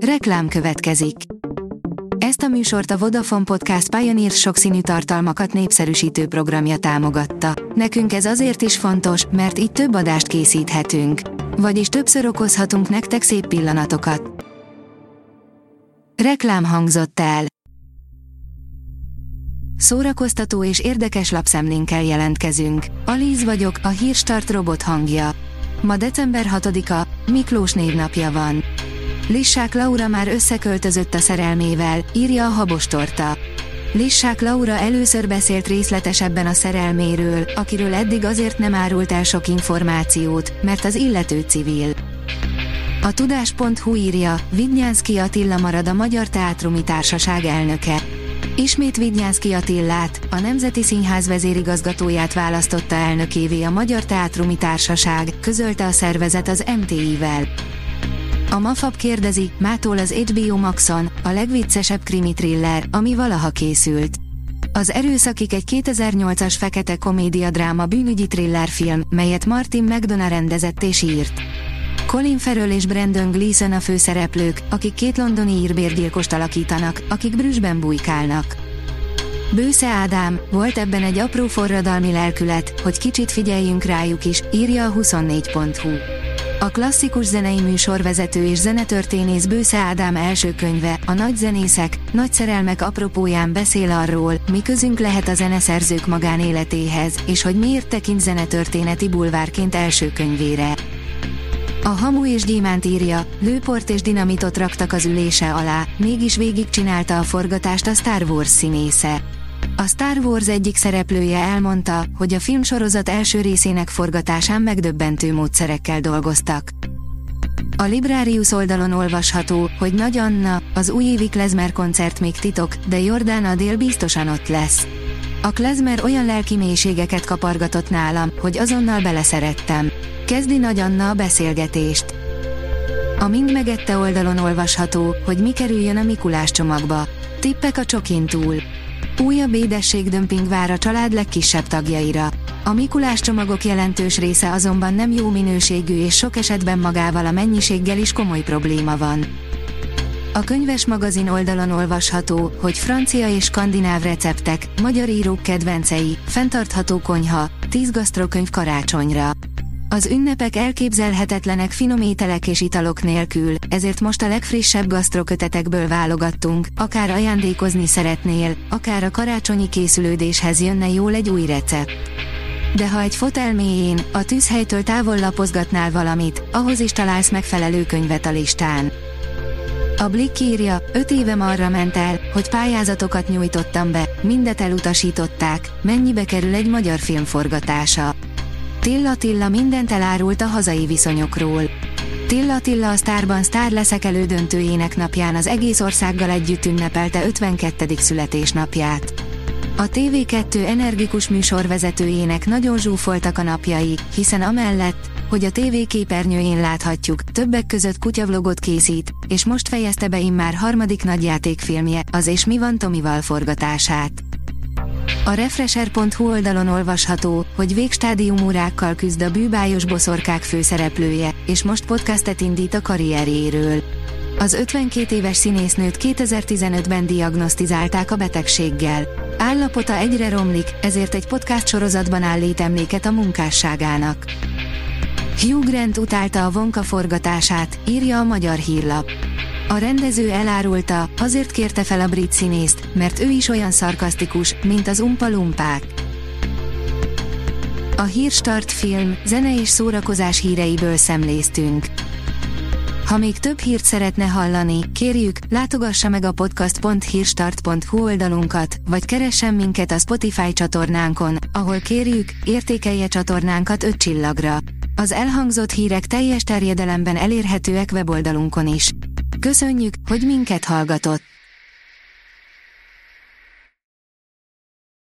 Reklám következik. Ezt a műsort a Vodafone Podcast Pioneer sokszínű tartalmakat népszerűsítő programja támogatta. Nekünk ez azért is fontos, mert így több adást készíthetünk. Vagyis többször okozhatunk nektek szép pillanatokat. Reklám hangzott el. Szórakoztató és érdekes lapszemlénkkel jelentkezünk. Alíz vagyok, a Hírstart robot hangja. Ma december 6-a, Miklós névnapja van. Lissák Laura már összeköltözött a szerelmével, írja a Habostorta. Lissák Laura először beszélt részletesebben a szerelméről, akiről eddig azért nem árult el sok információt, mert az illető civil. A tudás.hu írja, Vidnyánszky Attila marad a Magyar Teátrumi Társaság elnöke. Ismét Vidnyánszky Attilát, a Nemzeti Színház vezérigazgatóját választotta elnökévé a Magyar Teátrumi Társaság, közölte a szervezet az MTI-vel. A Mafab kérdezi, mától az HBO Maxon, a legviccesebb krimi thriller, ami valaha készült. Az Erőszakig egy 2008-as fekete komédia-dráma bűnügyi thrillerfilm, melyet Martin McDonagh rendezett és írt. Colin Farrell és Brendan Gleeson a főszereplők, akik két londoni írbérgyilkost alakítanak, akik Brüsszben bujkálnak. Bősze Ádám, volt ebben egy apró forradalmi lelkület, hogy kicsit figyeljünk rájuk is, írja a 24.hu. A klasszikus zenei műsorvezető és zenetörténész Bősze Ádám első könyve, a Nagy zenészek, nagy szerelmek apropóján beszél arról, mi közünk lehet a zeneszerzők magánéletéhez, és hogy miért tekint zenetörténeti bulvárként első könyvére. A Hamu és Gyémánt írja, lőport és dinamitot raktak az ülése alá, mégis végigcsinálta a forgatást a Star Wars színésze. A Star Wars egyik szereplője elmondta, hogy a filmsorozat első részének forgatásán megdöbbentő módszerekkel dolgoztak. A Librarius oldalon olvasható, hogy Nagy Anna, az újévi klezmer koncert még titok, de Jordán Adél biztosan ott lesz. A klezmer olyan lelki mélységeket kapargatott nálam, hogy azonnal beleszerettem. Kezdi Nagy Anna a beszélgetést. A Mind megette oldalon olvasható, hogy mi kerüljön a Mikulás csomagba. Tippek a csokin túl. Újabb édességdömping vár a család legkisebb tagjaira. A Mikulás csomagok jelentős része azonban nem jó minőségű és sok esetben magával a mennyiséggel is komoly probléma van. A Könyves magazin oldalon olvasható, hogy francia és skandináv receptek, magyar írók kedvencei, fenntartható konyha, 10 gasztrokönyv karácsonyra. Az ünnepek elképzelhetetlenek finom ételek és italok nélkül, ezért most a legfrissebb gasztrokötetekből válogattunk, akár ajándékozni szeretnél, akár a karácsonyi készülődéshez jönne jól egy új recept. De ha egy fotel mélyén, a tűzhelytől távol lapozgatnál valamit, ahhoz is találsz megfelelő könyvet a listán. A Blick írja, 5 évem arra ment el, hogy pályázatokat nyújtottam be, mindet elutasították, mennyibe kerül egy magyar film forgatása. Tilla Attila mindent elárult a hazai viszonyokról. Tilla Attila a Sztárban sztár leszek elődöntőjének napján az egész országgal együtt ünnepelte 52. születésnapját. A TV2 energikus műsorvezetőjének nagyon zsúfoltak a napjai, hiszen amellett, hogy a TV képernyőjén láthatjuk, többek között kutyavlogot készít, és most fejezte be immár harmadik nagyjátékfilmje, az És mi van Tomival forgatását. A Refresher.hu oldalon olvasható, hogy végstádiumúrákkal küzd a bűbájos boszorkák főszereplője, és most podcastet indít a karrierjéről. Az 52 éves színésznőt 2015-ben diagnosztizálták a betegséggel. Állapota egyre romlik, ezért egy podcast sorozatban állít emléket a munkásságának. Hugh Grant utálta a Wonka forgatását, írja a Magyar Hírlap. A rendező elárulta, azért kérte fel a brit színészt, mert ő is olyan szarkasztikus, mint az Umpa Lumpák. A Hírstart film, zene és szórakozás híreiből szemléztünk. Ha még több hírt szeretne hallani, kérjük, látogassa meg a podcast.hírstart.hu oldalunkat, vagy keressen minket a Spotify csatornánkon, ahol kérjük, értékelje csatornánkat 5 csillagra. Az elhangzott hírek teljes terjedelemben elérhetőek weboldalunkon is. Köszönjük, hogy minket hallgatott!